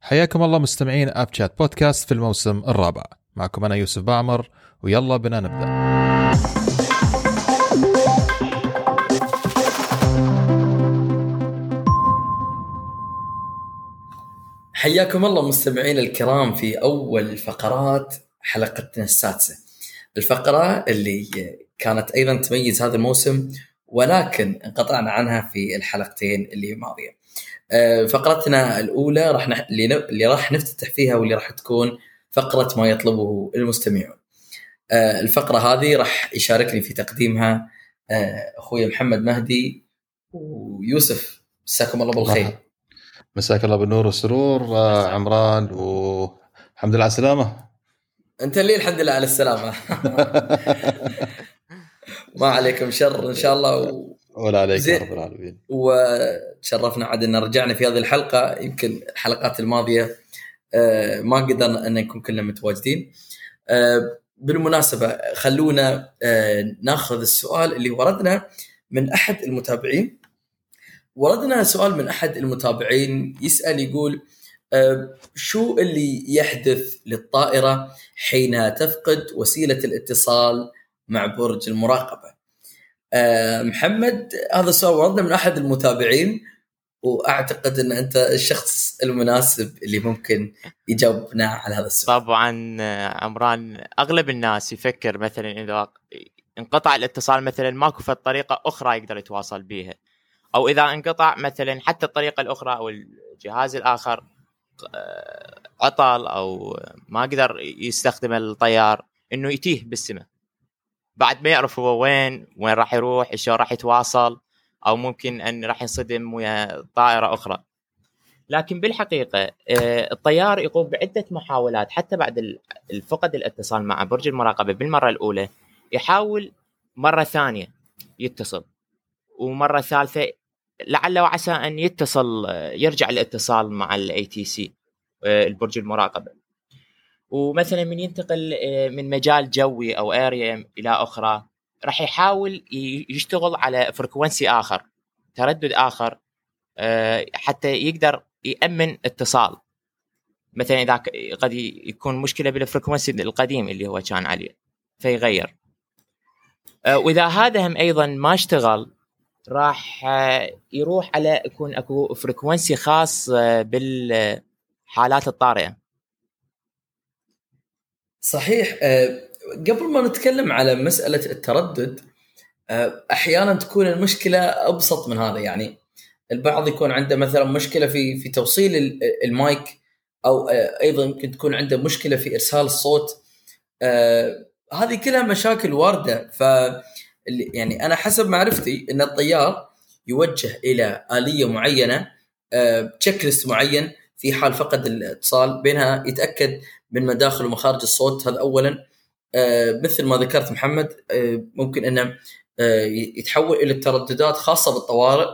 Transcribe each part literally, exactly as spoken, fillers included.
حياكم الله مستمعين أب شات بودكاست في الموسم الرابع. معكم أنا يوسف بعمر، ويلا بنا نبدأ. حياكم الله مستمعين الكرام في أول فقرات حلقتنا السادسة، الفقرة اللي كانت أيضا تميز هذا الموسم ولكن انقطعنا عنها في الحلقتين اللي ماضية. فقرتنا الأولى راح نح... اللي راح نفتتح فيها واللي راح تكون فقرة ما يطلبه المستمعون. الفقرة هذه راح يشاركني في تقديمها أخوي محمد مهدي ويوسف. مساكم الله بالخير. مساك الله بالنور والسرور. عمران والحمد لله على السلامة. أنت اللي الحمد لله على السلامة. ما عليكم شر إن شاء الله و... ولا عليك يا رب العالمين. وتشرفنا عاد أن رجعنا في هذه الحلقة. يمكن الحلقات الماضية ما قدرنا أن نكون كلنا متواجدين. بالمناسبة خلونا ناخذ السؤال اللي وردنا من أحد المتابعين. وردنا سؤال من أحد المتابعين يسأل يقول شو اللي يحدث للطائرة حين تفقد وسيلة الاتصال مع برج المراقبة؟ محمد، هذا السؤال وردنا من أحد المتابعين، وأعتقد أن أنت الشخص المناسب اللي ممكن يجاوبنا على هذا السؤال. طبعا عمران، أغلب الناس يفكر مثلا إذا انقطع الاتصال مثلا ماكو في طريقة أخرى يقدر يتواصل بيها، أو إذا انقطع مثلا حتى الطريقة الأخرى أو الجهاز الآخر عطل أو ما قدر يستخدم الطيار، إنه يتيه بالسماء بعد ما يعرف هو وين وين راح يروح، إيش راح يتواصل، أو ممكن أن راح ينصدم ويا طائرة أخرى. لكن بالحقيقة الطيار يقوم بعدة محاولات حتى بعد الفقد الاتصال مع برج المراقبة بالمرة الأولى، يحاول مرة ثانية يتصل، ومرة ثالثة لعل وعسى أن يتصل يرجع الاتصال مع ال إيه تي سي البرج المراقبة. ومثلا من ينتقل من مجال جوي أو اريا إلى أخرى راح يحاول يشتغل على فريكوانسي آخر، تردد آخر، حتى يقدر يأمن اتصال. مثلا إذا قد يكون مشكلة بالفريكوانسي القديم اللي هو كان عليه فيغير. وإذا هذا هم أيضا ما اشتغل راح يروح على يكون أكو فريكوانسي خاص بالحالات الطارئة. صحيح. قبل ما نتكلم على مسألة التردد، أحيانا تكون المشكلة أبسط من هذا. يعني البعض يكون عنده مثلا مشكلة في في توصيل المايك، أو أيضا يمكن تكون عنده مشكلة في إرسال الصوت. هذه كلها مشاكل واردة. ف يعني أنا حسب معرفتي أن الطيار يوجه إلى آلية معينة، تشيك ليست معين في حال فقد الاتصال، بينها يتأكد من مداخل ومخارج الصوت. هذا أولا. مثل ما ذكرت محمد، ممكن أنه يتحول إلى الترددات خاصة بالطوارئ.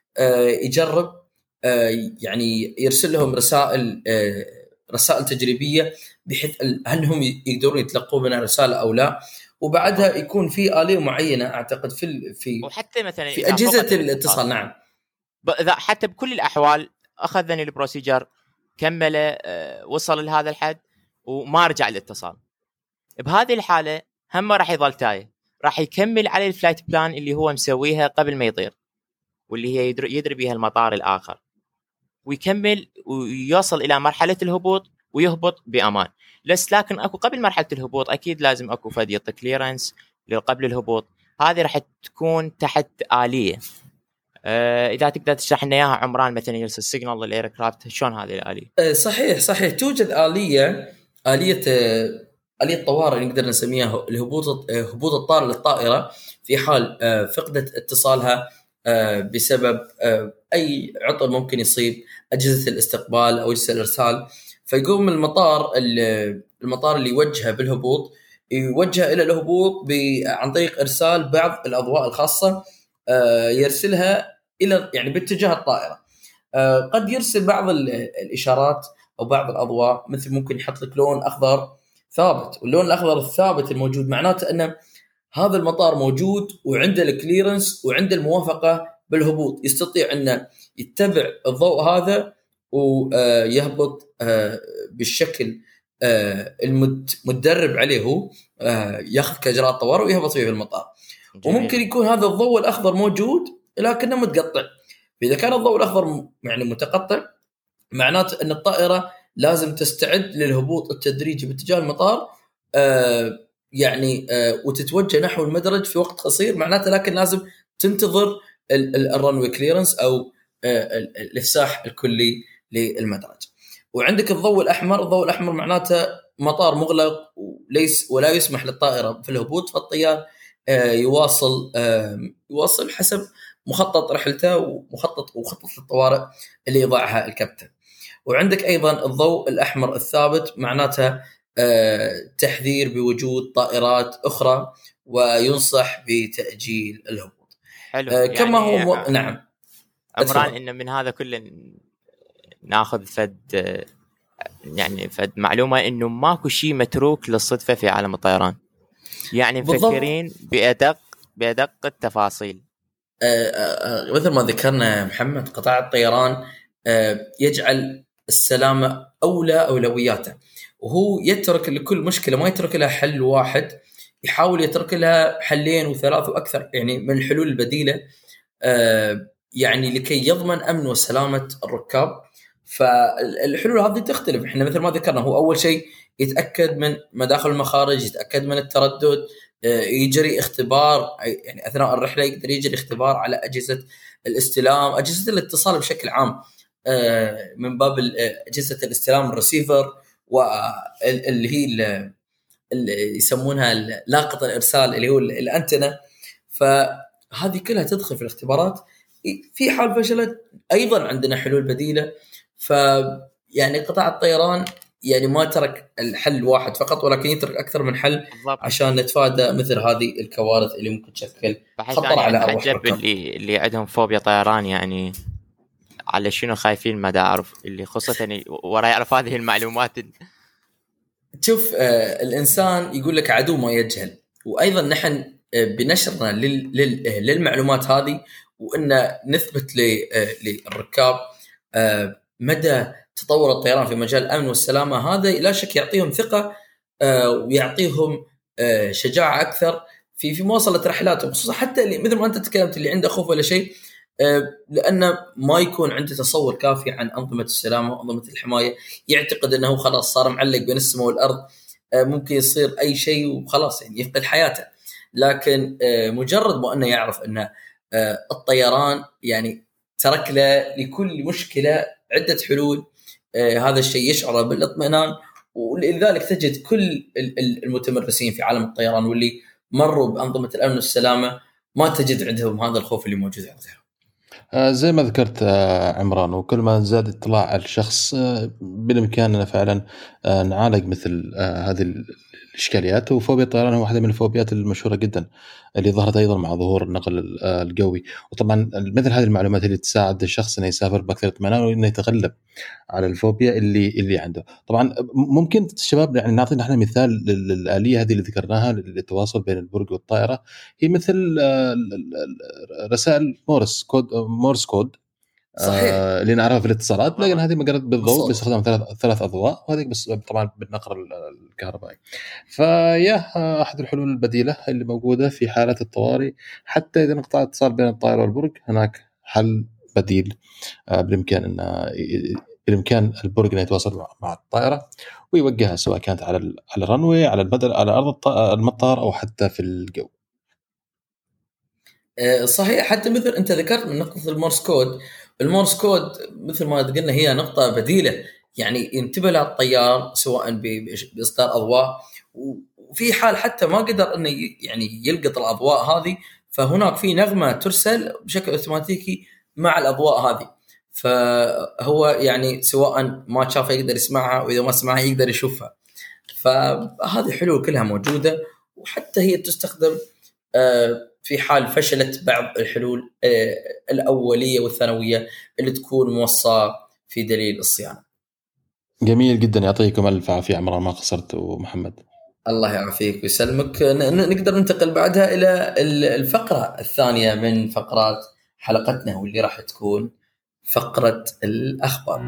يجرب يعني يرسل لهم رسائل رسائل تجريبية بحيث هل هم يقدرون يتلقوا منها رسالة أو لا. وبعدها يكون في آلية معينة أعتقد في في وحتى مثلا في أجهزة الاتصال. نعم، إذا حتى بكل الأحوال أخذني البروسيجر كمل وصل لهذا الحد وما رجع الاتصال، بهذه الحالة هم راح يظل تايه، راح يكمل على الفلايت بلان اللي هو مسويها قبل ما يطير، واللي هي يدري, يدري بها المطار الآخر، ويكمل ويوصل إلى مرحلة الهبوط ويهبط بأمان. بس لكن أكو قبل مرحلة الهبوط أكيد لازم أكو فدية كليرنس قبل الهبوط. هذه راح تكون تحت آلية. آه إذا تقدر تشرح لنا إياها عمران، مثلا يرسل السيجنال للإيركرافت، شلون هذه الآلية؟ صحيح صحيح توجد آلية آلية آلية طوارئ نقدر نسميها الهبوط هبوط الطائرة للطائرة في حال فقدت اتصالها بسبب أي عطل ممكن يصيب أجهزة الاستقبال أو أجهزة الإرسال. فيقوم المطار المطار اللي يوجهه بالهبوط يوجه إلى الهبوط عن طريق إرسال بعض الأضواء الخاصة يرسلها إلى يعني باتجاه الطائرة. قد يرسل بعض الإشارات أو بعض الأضواء، مثل ممكن يحط لك لون أخضر ثابت، واللون الأخضر الثابت الموجود معناته أن هذا المطار موجود وعنده الكليرنس وعنده الموافقة بالهبوط، يستطيع أنه يتبع الضوء هذا ويهبط بالشكل المتدرب عليه هو، ياخذ كإجراءات طوارئ ويهبط فيه في المطار. جميل. وممكن يكون هذا الضوء الأخضر موجود لكنه متقطع. إذا كان الضوء الأخضر يعني متقطع معناته أن الطائرة لازم تستعد للهبوط التدريجي باتجاه المطار، آه يعني آه وتتوجه نحو المدرج في وقت قصير معناته، لكن لازم تنتظر الرنوي كليرنس أو آه الإفساح الكلي للمدرج. وعندك الضوء الأحمر. الضوء الأحمر معناته مطار مغلق وليس ولا يسمح للطائرة في الهبوط، فالطيار آه يواصل آه يواصل حسب مخطط رحلته ومخطط وخطة الطوارئ اللي يضعها الكابتن. وعندك أيضا الضوء الأحمر الثابت معناته آه تحذير بوجود طائرات أخرى وينصح بتأجيل الهبوط. حلو. آه كما يعني هو م... نعم عمران، إن من هذا كله ناخذ فد يعني فد معلومة إنه ماكو شيء متروك للصدفة في عالم الطيران، يعني مفكرين بأدق بأدق التفاصيل. آه آه مثل ما ذكرنا محمد، قطاع الطيران آه يجعل السلامة أولى أولوياته، وهو يترك لكل مشكلة ما يترك لها حل واحد، يحاول يترك لها حلين وثلاث وأكثر يعني من الحلول البديلة، آه يعني لكي يضمن أمن وسلامة الركاب. فالحلول هذه تختلف. احنا مثل ما ذكرنا، هو أول شيء يتأكد من مداخل المخارج، يتأكد من التردد، آه يجري اختبار يعني أثناء الرحلة، يقدر يجري اختبار على أجهزة الاستلام، أجهزة الاتصال بشكل عام، آه من باب أجهزة الاستلام الرسيفر، واللي هي اللي يسمونها لاقط الإرسال اللي هو الأنتنة. فهذه كلها تدخل في الاختبارات. في حال فشلت أيضا عندنا حلول بديلة. فيعني قطاع الطيران يعني ما ترك الحل واحد فقط، ولكن يترك أكثر من حل بالضبط، عشان نتفادى مثل هذه الكوارث اللي ممكن تشكل خطر على أرواح الركاب. اللي اللي عندهم فوبيا طيران يعني على شنو خايفين ما دا أعرف، اللي خاصة ورا يعرف هذه المعلومات. تشوف آه الإنسان يقول لك عدو ما يجهل، وأيضا نحن آه بنشرنا لل لل للمعلومات هذه، وأن نثبت للركاب آه مدى تطور الطيران في مجال الأمن والسلامة. هذا لا شك يعطيهم ثقة آه ويعطيهم آه شجاعة أكثر في في مواصلة رحلاتهم، خصوصا حتى اللي مثل ما أنت تكلمت اللي عنده خوف ولا شيء، لأنه ما يكون عنده تصور كافي عن أنظمة السلامة وأنظمة الحماية، يعتقد أنه خلاص صار معلق بين السماء والأرض، ممكن يصير أي شيء وخلاص يعني يفقد حياته. لكن مجرد ما أنه يعرف أن الطيران يعني ترك له لكل مشكلة عدة حلول، هذا الشيء يشعر بالاطمئنان. ولذلك تجد كل المتمرسين في عالم الطيران واللي مروا بأنظمة الأمن والسلامة ما تجد عندهم هذا الخوف اللي موجود عندهم. آه زي ما ذكرت آه عمران، وكل ما زاد اطلاع على الشخص آه بالإمكاننا فعلا آه نعالج مثل آه هذه الإشكاليات. وفوبيا الطيران هو واحدة من الفوبيات المشهورة جدا اللي ظهرت أيضا مع ظهور النقل آه الجوي. وطبعا مثل هذه المعلومات اللي تساعد الشخص أنه يسافر بأكثر اطمئنان وأنه يتغلب على الفوبيا اللي اللي عنده. طبعا ممكن الشباب يعني نعطينا احنا مثال للآلية هذه اللي ذكرناها للتواصل بين البرج والطائرة، هي مثل آه رسائل مورس كود مورس كود صحيح. آه اللي نعرفها في الاتصالات، لكن هذه مجرد بالضوء باستخدام ثلاث ثلاث اضواء، وهذه بس طبعا بالنقر الكهربائي. فيا احد الحلول البديله اللي موجوده في حالات الطوارئ، حتى اذا انقطع الاتصال بين الطائره والبرج هناك حل بديل آه بالامكان ان بالامكان البرج انه يتواصل مع الطائره ويوجهها، سواء كانت على على الرنوي، على المدار، على ارض المطار، او حتى في الجو. صحيح. حتى مثل أنت ذكرت من نقطة المورس كود، المورس كود مثل ما قلنا هي نقطة بديلة، يعني ينتبه لها الطيار سواء بإصدار أضواء، وفي حال حتى ما قدر أنه يعني يلقط الأضواء هذه، فهناك في نغمة ترسل بشكل أوتوماتيكي مع الأضواء هذه، فهو يعني سواء ما شافها يقدر يسمعها، وإذا ما سمعها يقدر يشوفها. فهذه حلول كلها موجودة، وحتى هي تستخدم في حال فشلت بعض الحلول الأولية والثانوية اللي تكون موصى في دليل الصيانة. جميل جدا، يعطيكم ألف عافية عمران، ما قصرت. ومحمد الله يعافيك ويسلمك. نقدر ننتقل بعدها إلى الفقرة الثانية من فقرات حلقتنا، واللي راح تكون فقرة الأخبار.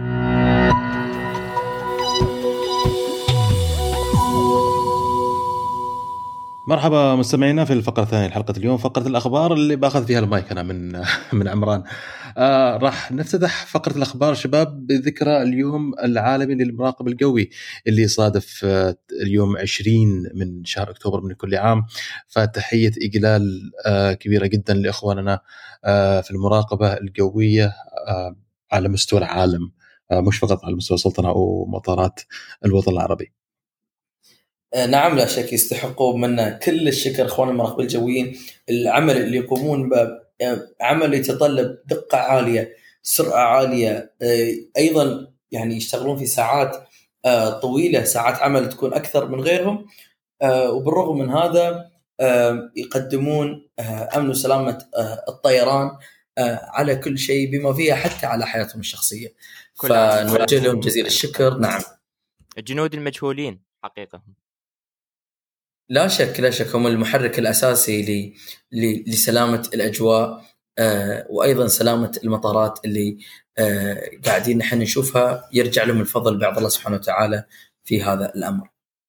مرحبا مستمعينا في الفقرة الثانية حلقة اليوم، فقرة الأخبار اللي باخذ فيها المايك أنا من من عمران. آه راح نفتتح فقرة الأخبار شباب بذكرى اليوم العالمي للمراقب القوي اللي صادف آه اليوم عشرين من شهر أكتوبر من كل عام. فتحية إجلال آه كبيرة جدا لإخواننا آه في المراقبة القوية آه على مستوى العالم، آه مش فقط على مستوى السلطنة أو مطارات الوطن العربي. نعم، لا شك يستحقوا منا كل الشكر اخوان المراقبين الجويين. العمل اللي يقومون بعمل يتطلب دقة عالية، سرعة عالية، ايضا يعني يشتغلون في ساعات طويلة، ساعات عمل تكون اكثر من غيرهم، وبالرغم من هذا يقدمون امن وسلامة الطيران على كل شيء بما فيها حتى على حياتهم الشخصية. فنوجه لهم جزيل الشكر. نعم، الجنود المجهولين حقيقة لا شك لا شك هم المحرك الأساسي لسلامة الأجواء، آه وأيضا سلامة المطارات اللي آه قاعدين نحن نشوفها. يرجع لهم الفضل بعد الله سبحانه وتعالى في هذا الأمر.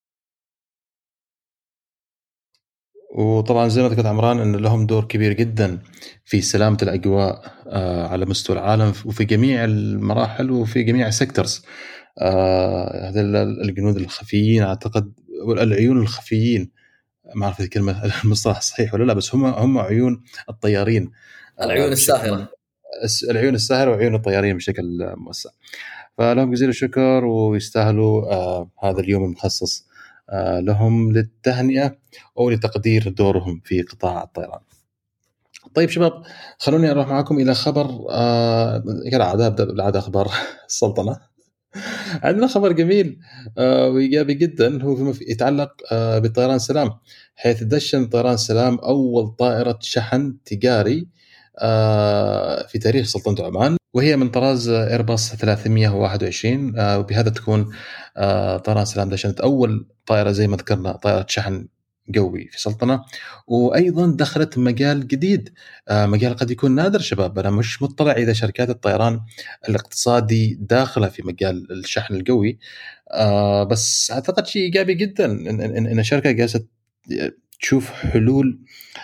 وطبعا زي ما ذكرت عمران ان لهم دور كبير جدا في سلامة الأجواء آه على مستوى العالم وفي جميع المراحل وفي جميع السيكتورز. آه هذا الجنود الخفيين اعتقد، والعيون الخفيين، ما اعرف الكلمه المصطلح صحيح ولا لا، بس هم هم عيون الطيارين، العيون آه الساهره العيون الساهره وعيون الطيارين بشكل موسع. فلهم جزيل الشكر ويستاهلوا آه هذا اليوم المخصص آه لهم للتهنئه او لتقدير دورهم في قطاع الطيران. طيب شباب، خلوني اروح معكم الى خبر آه كالعاده، ابدا بالعاده اخبار السلطنه. عندنا خبر جميل آه وإيجابي جدا، هو فيما يتعلق آه بطيران سلام، حيث دشن طيران سلام أول طائرة شحن تجاري آه في تاريخ سلطنة عمان، وهي من طراز إيرباص ثلاثمية وواحد وعشرين. آه وبهذا تكون آه طيران سلام دشنت أول طائرة زي ما ذكرنا، طائرة شحن قوي في سلطنة، وأيضا دخلت مجال جديد، آه مجال قد يكون نادر شباب. أنا مش مطلع إذا شركات الطيران الاقتصادي داخلة في مجال الشحن القوي، آه بس أعتقد شيء إيجابي جدا إن, إن, إن شركة جالسة تشوف حلول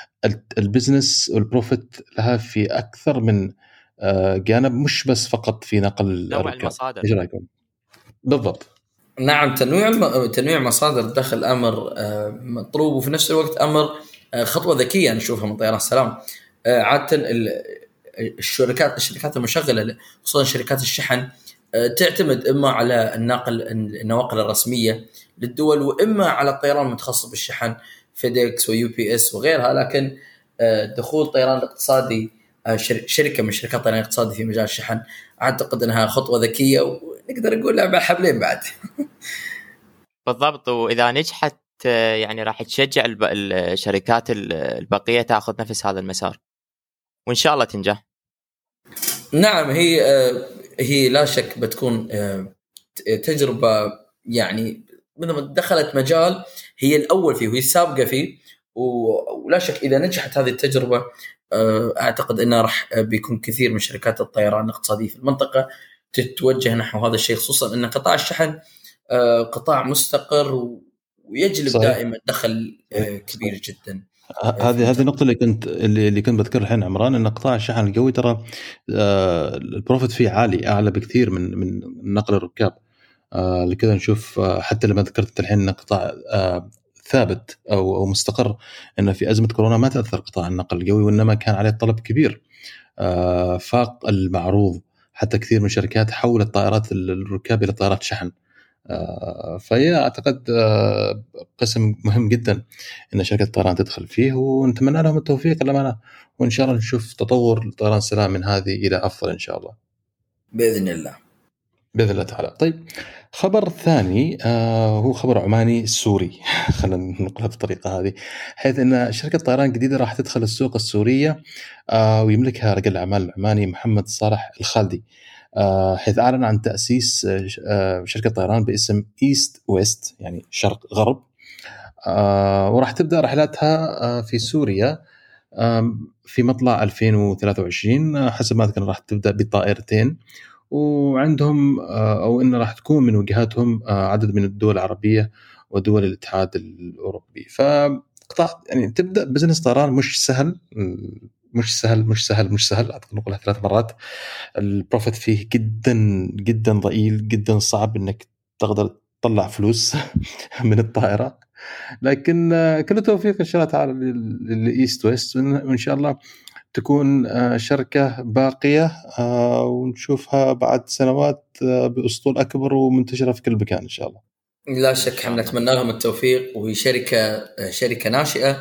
البزنس والبروفيت لها في أكثر من آه جانب، مش بس فقط في نقل نوع الركاب. المصادر. إيش رأيكم؟ بالضبط. نعم، تنويع تنويع مصادر الدخل أمر مطلوب، وفي نفس الوقت أمر خطوة ذكية نشوفها من طيران السلام. عادة الشركات الشركات المشغلة خصوصا شركات الشحن تعتمد إما على الناقل النواقل الرسمية للدول، وإما على الطيران المتخصص بالشحن فيديكس ويو بي اس وغيرها. لكن دخول طيران الاقتصادي، شركة من شركات الطيران الاقتصادي في مجال الشحن، أعتقد أنها خطوة ذكية، ونقدر نقول لها حبلين بعد. بالضبط، وإذا نجحت يعني راح تشجع الشركات البقية تأخذ نفس هذا المسار، وإن شاء الله تنجح. نعم، هي هي لا شك بتكون تجربة، يعني مثل دخلت مجال هي الأول فيه وهي السابقة فيه، ولا شك إذا نجحت هذه التجربة أعتقد أنها راح بيكون كثير من شركات الطيران الاقتصادية في المنطقة تتوجه نحو هذا الشيء، خصوصا أن قطاع الشحن قطاع مستقر ويجلب صحيح. دائما دخل كبير جدا. هذه هذه النقطة اللي كنت اللي, اللي كنت بذكرها الحين عمران، ان قطاع الشحن القوي ترى آه البروفيت فيه عالي، اعلى بكثير من من نقل الركاب. آه لكذا نشوف آه حتى لما ذكرت الحين ان قطاع آه ثابت او او مستقر، ان في ازمة كورونا ما تاثر قطاع النقل القوي، وانما كان عليه طلب كبير آه فاق المعروض، حتى كثير من الشركات حولت طائرات الركاب الى طائرات شحن. آه فهي أعتقد آه قسم مهم جدا إن شركة الطيران تدخل فيه، ونتمنى لهم التوفيق للأمانة، وإن شاء الله نشوف تطور طيران سلام من هذه إلى أفضل إن شاء الله بإذن الله بإذن الله تعالى. طيب، خبر ثاني آه هو خبر عماني سوري خلينا نقولها بالطريقة هذه، حيث أن شركة طيران جديدة راح تدخل السوق السورية آه ويملكها رجل الأعمال العماني محمد صالح الخالدي، حيث أعلن عن تأسيس شركة طيران باسم إيست ويست، يعني شرق غرب، وراح تبدأ رحلاتها في سوريا في مطلع ألفين وثلاثة وعشرين حسب ما أذكر راح تبدأ بطائرتين، وعندهم أو إن راح تكون من وجهاتهم عدد من الدول العربية ودول الاتحاد الأوروبي. فقطاع يعني تبدأ بزنس طيران مش سهل مش سهل مش سهل مش سهل أعتقد نقولها ثلاث مرات. البروفيت فيه جدا جدا ضئيل، جدا صعب إنك تقدر تطلع فلوس من الطائرة، لكن كل توفيق إن شاء الله تعالى للإيست ويست، وإن شاء الله تكون شركة باقية ونشوفها بعد سنوات بأسطول أكبر ومنتشرة في كل مكان إن شاء الله. لا شك احنا نتمنى لهم التوفيق، وهي شركة شركة ناشئة.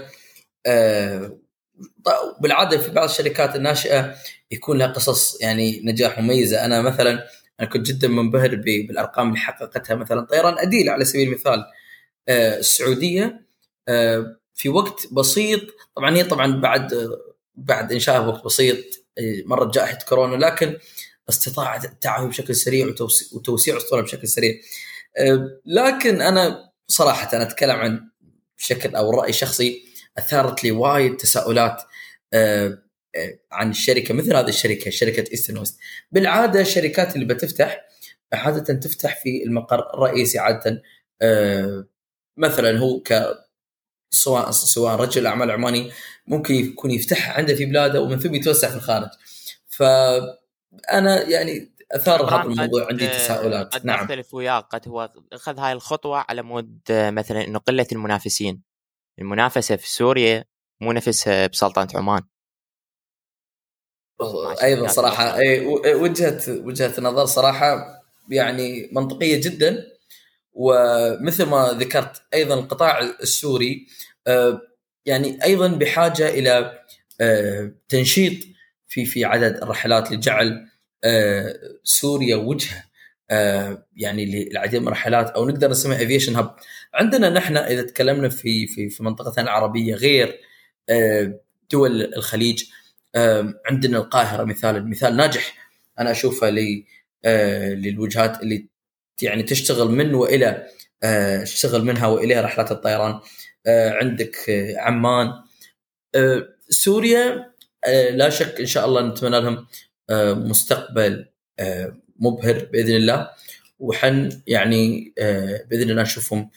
بالعادة في بعض الشركات الناشئة يكون لها قصص يعني نجاح مميزة. أنا مثلا أنا كنت جدا منبهر بالأرقام اللي حققتها مثلا طيران أديل على سبيل المثال السعودية في وقت بسيط. طبعا هي طبعا بعد بعد إنشائها بوقت بسيط مرت جائحة كورونا، لكن استطاعت التعافي بشكل سريع وتوسيع أسطولها بشكل سريع. لكن أنا صراحة أنا أتكلم عن بشكل أو رأي شخصي، أثارت لي وايد تساؤلات عن الشركة مثل هذه الشركة شركة إيسترن ويست. بالعادة الشركات اللي بتفتح عادة تفتح في المقر الرئيسي عادة، مثلا هو ك سواء سواء رجل أعمال عماني ممكن يكون يفتح عنده في بلاده ومن ثم يتوسع في الخارج. فأنا يعني أثار هذا الموضوع عندي تساؤلات. قد نعم أختلف وياك، قد هو أخذ هاي الخطوة على مود مثلا إنه قلة المنافسين. المنافسة في سوريا مو نفسها بسلطنة عمان. أيضا صراحة أي وجهة وجهة نظر صراحة يعني منطقية جدا. ومثل ما ذكرت أيضا القطاع السوري يعني أيضا بحاجة إلى تنشيط في في عدد الرحلات لجعل سوريا وجهة يعني للعديد من الرحلات، أو نقدر نسميها aviation hub. عندنا نحن إذا تكلمنا في في في منطقتنا العربية غير دول الخليج، عندنا القاهرة مثال مثال ناجح أنا أشوفها لي للوجهات اللي يعني تشتغل من وإلى اشتغل منها وإلى رحلات الطيران. عندك عمان. سوريا لا شك إن شاء الله نتمنى لهم مستقبل مبهر بإذن الله، وحن يعني بإذن الله نشوفهم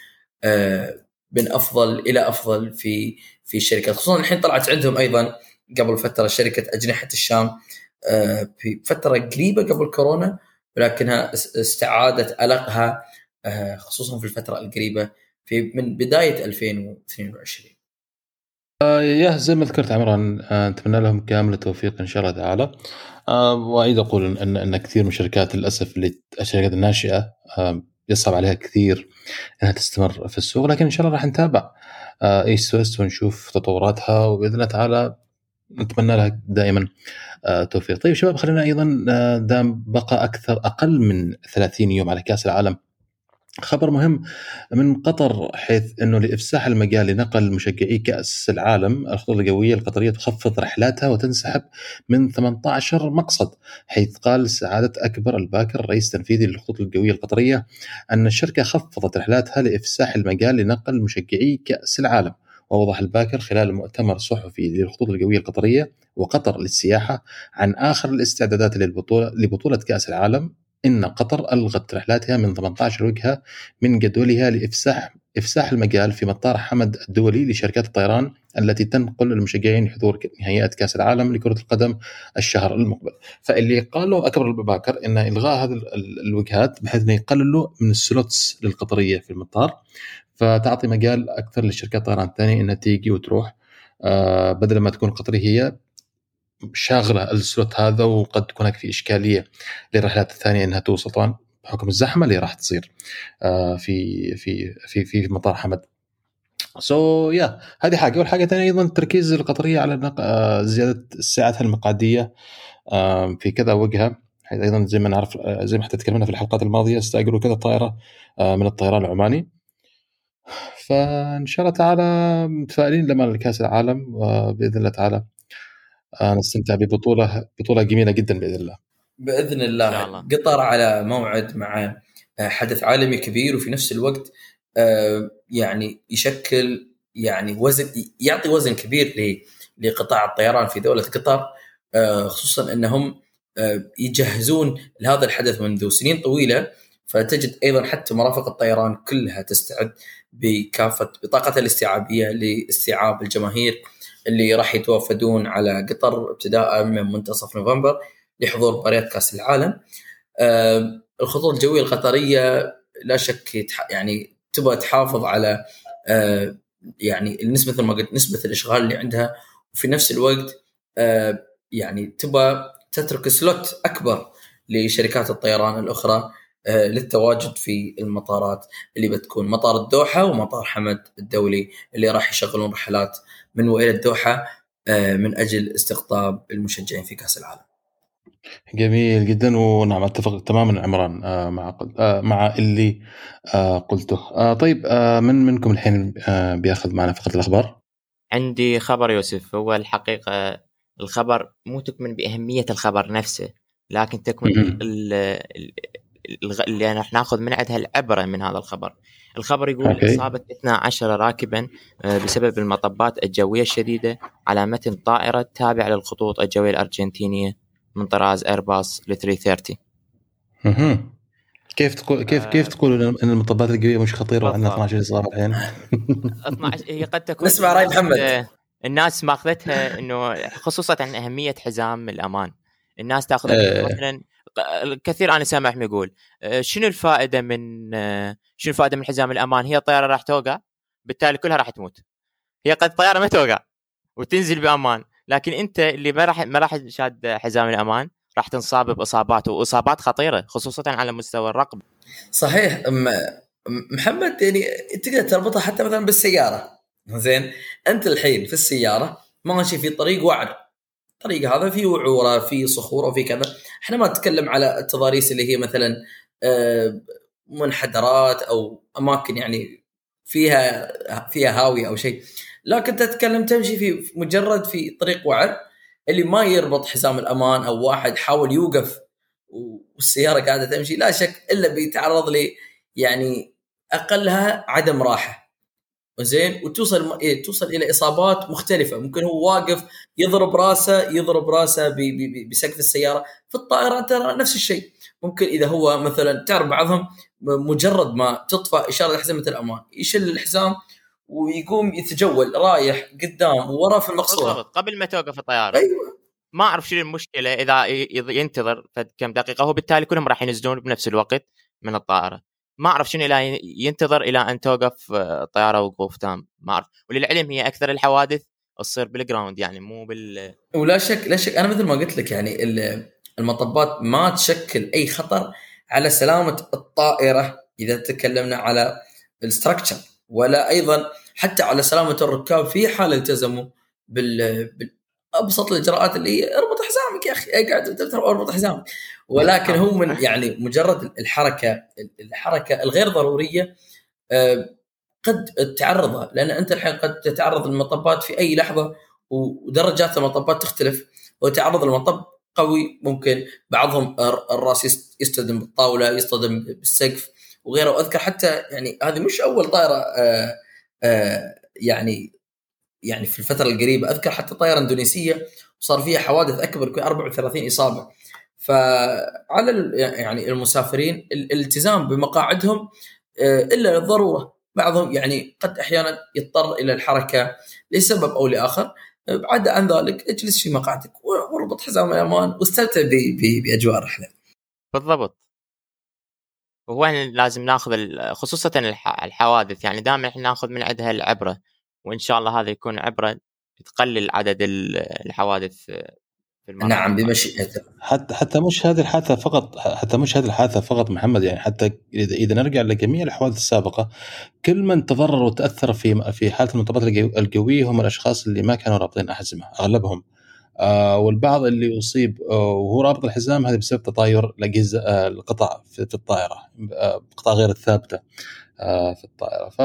من أفضل إلى أفضل في في الشركات. خصوصا الحين طلعت عندهم أيضا قبل فترة شركة أجنحة الشام في فترة قريبة قبل كورونا، ولكنها استعادت ألقها خصوصا في الفترة القريبة في من بداية ألفين واثنين وعشرين. يا زي ما ذكرت عمران، نتمنى لهم كامل التوفيق إن شاء الله تعالى. وأعيد أقول إن إن كثير من الشركات للأسف اللي الشركات الناشئة يصعب عليها كثير إنها تستمر في السوق، لكن إن شاء الله راح نتابع إيست ويست ونشوف تطوراتها، وبإذن الله تعالى نتمنى لها دائما توفيق. طيب شباب، خلينا أيضا دام بقى أكثر أقل من ثلاثين يوم على كأس العالم، خبر مهم من قطر، حيث أنه لإفساح المجال لنقل مشجعي كأس العالم الخطوط الجوية القطرية تخفض رحلاتها وتنسحب من ثمانية عشر مقصد. حيث قال سعادة أكبر الباكر رئيس تنفيذي للخطوط الجوية القطرية أن الشركة خفضت رحلاتها لإفساح المجال لنقل مشجعي كأس العالم. ووضح الباكر خلال مؤتمر صحفي للخطوط الجوية القطرية وقطر للسياحة عن آخر الاستعدادات للبطولة لبطولة كأس العالم إن قطر ألغت رحلاتها من ثمانية عشر وجهة من جدولها لإفساح إفساح المجال في مطار حمد الدولي لشركات الطيران التي تنقل المشجعين لحضور نهائيات كأس العالم لكرة القدم الشهر المقبل. فاللي قاله أكبر الباكر إن إلغاء هذه الوجهات بحيث أن يقللوا من السلوتس للقطرية في المطار، فتعطي مجال أكثر للشركات الطيران الثانية إنها تيجي وتروح، آه بدل ما تكون قطرية هي شاغلة السلوت هذا، وقد تكون هناك في إشكالية للرحلات الثانية إنها توصل طبعا بحكم الزحمة اللي راح تصير آه في في في في مطار حمد. سو so, يا yeah. هذه حاجة. والحاجة الثانية أيضا تركيز القطرية على نق... آه زيادة ساعتها المقعدية آه في كذا وجهة، حيث أيضا زي ما نعرف آه زي ما حتى تكلمنا في الحلقات الماضية استأجروا كذا طائرة آه من الطيران العماني. فإن شاء الله تعالى متفائلين لما كأس العالم، وبإذن الله تعالى نستمتع ببطولة بطولة جميلة جدا بإذن الله. بإذن الله. الله. قطر على موعد مع حدث عالمي كبير، وفي نفس الوقت يعني يشكل يعني وزن يعطي وزن كبير لقطاع الطيران في دولة قطر، خصوصا أنهم يجهزون لهذا الحدث منذ سنين طويلة. فتجد أيضا حتى مرافق الطيران كلها تستعد بكافة بطاقة الاستيعابية لاستيعاب الجماهير اللي راح يتوافدون على قطر ابتداء من منتصف نوفمبر لحضور مباريات كأس العالم. الخطوط الجوية القطرية لا شك يعني تبغى تحافظ على يعني النسبة مثل ما قلت نسبة الإشغال اللي عندها، وفي نفس الوقت يعني تبغى تترك سلوت أكبر لشركات الطيران الأخرى للتواجد في المطارات اللي بتكون مطار الدوحة ومطار حمد الدولي اللي راح يشغلون رحلات من وإلى الدوحة من أجل استقطاب المشجعين في كأس العالم. جميل جدا، ونعم اتفق تماما عمران مع مع اللي قلته. طيب من منكم الحين بياخذ معنا فقط الأخبار؟ عندي خبر يوسف. هو الحقيقة الخبر مو تكمن بأهمية الخبر نفسه، لكن تكمن اللي راح ناخذ من عندها العبرة من هذا الخبر. الخبر يقول أوكي. إصابة اثنا عشر راكبا بسبب المطبات الجوية الشديدة على متن طائرة تابعة للخطوط الجوية الأرجنتينية من طراز إيرباص ثلاثمية وثلاثين. اها كيف تقول كيف كيف تقول ان المطبات الجوية مش خطيرة وعندنا اثنا عشر إصابة الحين؟ اثنا عشر هي قد تكون نسمع رأي محمد. الناس ماخذتها انه خصوصا عن أهمية حزام الأمان. الناس تاخذ أه. مثلا الكثير انا سامعهم يقول شنو الفائده من شنو الفائده من حزام الامان؟ هي الطياره راح توقع بالتالي كلها راح تموت. هي قد الطياره ما توقع وتنزل بامان، لكن انت اللي ما راح ما راح تشاد حزام الامان راح تنصاب باصابات واصابات خطيره خصوصا على مستوى الرقبه. صحيح محمد، يعني تقدر تربطها حتى مثلا بالسياره. زين انت الحين في السياره ماشي في طريق وعر، الطريق هذا فيه وعوره فيه صخور وفي كذا. احنا ما نتكلم على التضاريس اللي هي مثلا منحدرات او اماكن يعني فيها فيها هاويه او شيء، لكن تتكلم تمشي في مجرد في طريق وعر اللي ما يربط حزام الامان، او واحد حاول يوقف والسياره قاعده تمشي، لا شك الا بيتعرض لي يعني اقلها عدم راحه. زين وتوصل إيه توصل الى اصابات مختلفه. ممكن هو واقف يضرب راسه يضرب راسه بسقف السياره. في الطائره ترى نفس الشيء. ممكن اذا هو مثلا تعرف بعضهم مجرد ما تطفى اشاره حزمه الامان يشل الحزام ويقوم يتجول رايح قدام وورا في المقصوره قبل ما توقف الطياره. ايوه ما اعرف شو المشكله اذا ينتظر كم دقيقه، هو بالتالي كلهم راح ينزلون بنفس الوقت من الطائره. ما اعرف شنو الى ينتظر الى ان توقف الطياره وقوف تام. ما اعرف. وللعلم هي اكثر الحوادث تصير بالجراوند يعني مو بال ولا شك لا شك انا مثل ما قلت لك يعني المطبات ما تشكل اي خطر على سلامه الطائره اذا تكلمنا على الستراكشر، ولا ايضا حتى على سلامه الركاب في حال التزموا بال, بال... ابسط الاجراءات اللي هي اربط حزامك يا اخي اقعد تفتح اربط حزامك. ولكن هو من يعني مجرد الحركه الحركه الغير ضروريه قد تعرضها، لان انت الحين قد تتعرض للمطبات في اي لحظه ودرجات المطبات تختلف، وتعرض المطب قوي ممكن بعضهم الراس يصطدم بالطاوله يصطدم بالسقف وغيره. واذكر حتى يعني هذه مش اول طائره آآ آآ يعني يعني في الفترة القريبة أذكر حتى طائرة إندونيسية وصار فيها حوادث أكبر يكون أربعة وثلاثين إصابة. فعلى يعني المسافرين الالتزام بمقاعدهم إلا للضرورة. بعضهم يعني قد أحيانا يضطر إلى الحركة لسبب أو لآخر، عدا عن ذلك اجلس في مقعدك وربط حزام الأمان واستمتع بأجواء الرحلة. بالضبط. وهو لازم ناخذ خصوصا الحوادث يعني دائما احنا ناخذ من عندها العبرة، وإن شاء الله هذا يكون عبرة تقلل عدد الحوادث في المرة. نعم بمشيئته. حتى حتى مش هذه الحادثة فقط حتى مش هذه الحادثة فقط محمد، يعني حتى إذا إذا نرجع لجميع الحوادث السابقة كل من تضرر وتأثر في في حالة المطبات الجوية هم الأشخاص اللي ما كانوا رابطين أحزمة أغلبهم، آه والبعض اللي أصيب آه وهو رابط الحزام هذا بسبب تطاير الأجهزة آه القطع في الطائرة آه القطع غير الثابتة آه في الطائرة. ف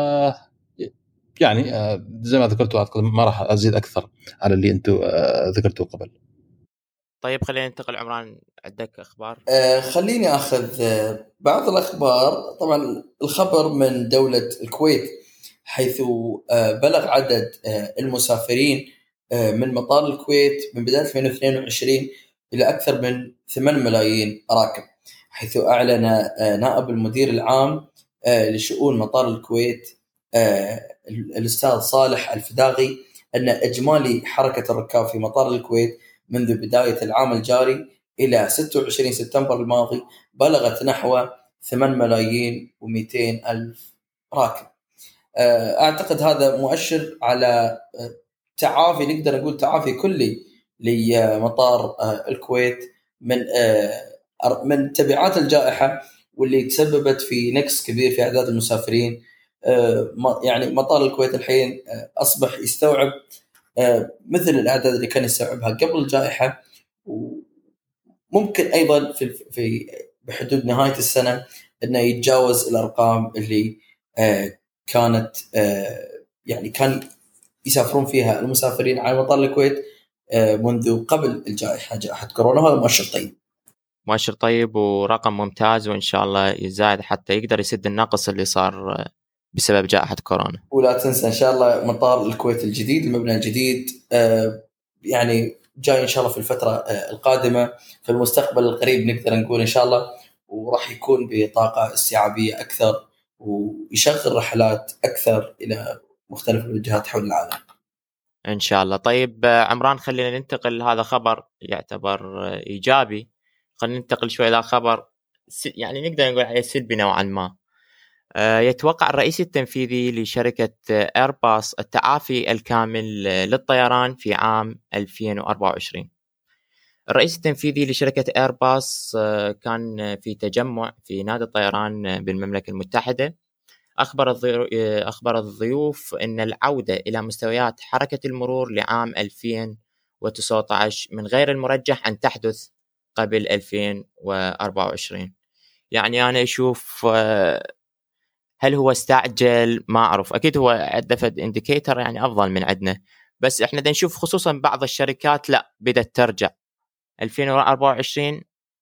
يعني زي ما ذكرتوا أعتقد ما راح أزيد أكثر على اللي أنتوا ذكرتوه قبل. طيب خلينا ننتقل. عمران عندك أخبار؟ آه خليني أخذ آه بعض الأخبار. طبعا الخبر من دولة الكويت، حيث آه بلغ عدد آه المسافرين من مطار الكويت من بداية ألفين واثنين وعشرين إلى أكثر من ثمانية ملايين راكب، حيث أعلن نائب المدير العام لشؤون مطار الكويت الأستاذ صالح الفداغي أن إجمالي حركة الركاب في مطار الكويت منذ بداية العام الجاري إلى ستة وعشرين سبتمبر الماضي بلغت نحو ثمانية ملايين ومئتين ألف راكب. أعتقد هذا مؤشر على تعافي، نقدر نقول تعافي كلي لمطار الكويت من من تبعات الجائحة، واللي تسببت في نقص كبير في أعداد المسافرين. يعني مطار الكويت الحين أصبح يستوعب مثل الأعداد اللي كان يستوعبها قبل الجائحة، وممكن أيضا في في بحدود نهاية السنة إنه يتجاوز الأرقام اللي كانت يعني كان يسافرون فيها المسافرين على مطار الكويت منذ قبل الجائحة جائحة كورونا. هذا مؤشر طيب، مؤشر طيب ورقم ممتاز، وإن شاء الله يزايد حتى يقدر يسد النقص اللي صار بسبب جائحة كورونا. ولا تنسى إن شاء الله مطار الكويت الجديد، المبنى الجديد يعني جاي إن شاء الله في الفترة القادمة في المستقبل القريب نقدر نقول إن شاء الله، وراح يكون بطاقة استيعابية أكثر ويشغل رحلات أكثر إلى مختلف الوجهات حول العالم إن شاء الله. طيب عمران، خلينا ننتقل، هذا خبر يعتبر إيجابي، خلينا ننتقل شوي إلى خبر يعني نقدر نقول عليه سلبي نوعا ما. يتوقع الرئيس التنفيذي لشركة إيرباص التعافي الكامل للطيران في عام ألفين وأربعة وعشرين. الرئيس التنفيذي لشركة إيرباص كان في تجمع في نادي الطيران بالمملكة المتحدة. أخبر الضيوف, أخبر الضيوف أن العودة إلى مستويات حركة المرور لعام ألفين وتسعة عشر من غير المرجح أن تحدث قبل ألفين وأربعة وعشرين. يعني أنا أشوف هل هو استعجل؟ ما أعرف، أكيد هو عدفت إنديكيتر يعني أفضل من عندنا، بس إحنا دا نشوف خصوصا بعض الشركات لا بدأت ترجع. ألفين وأربعة وعشرين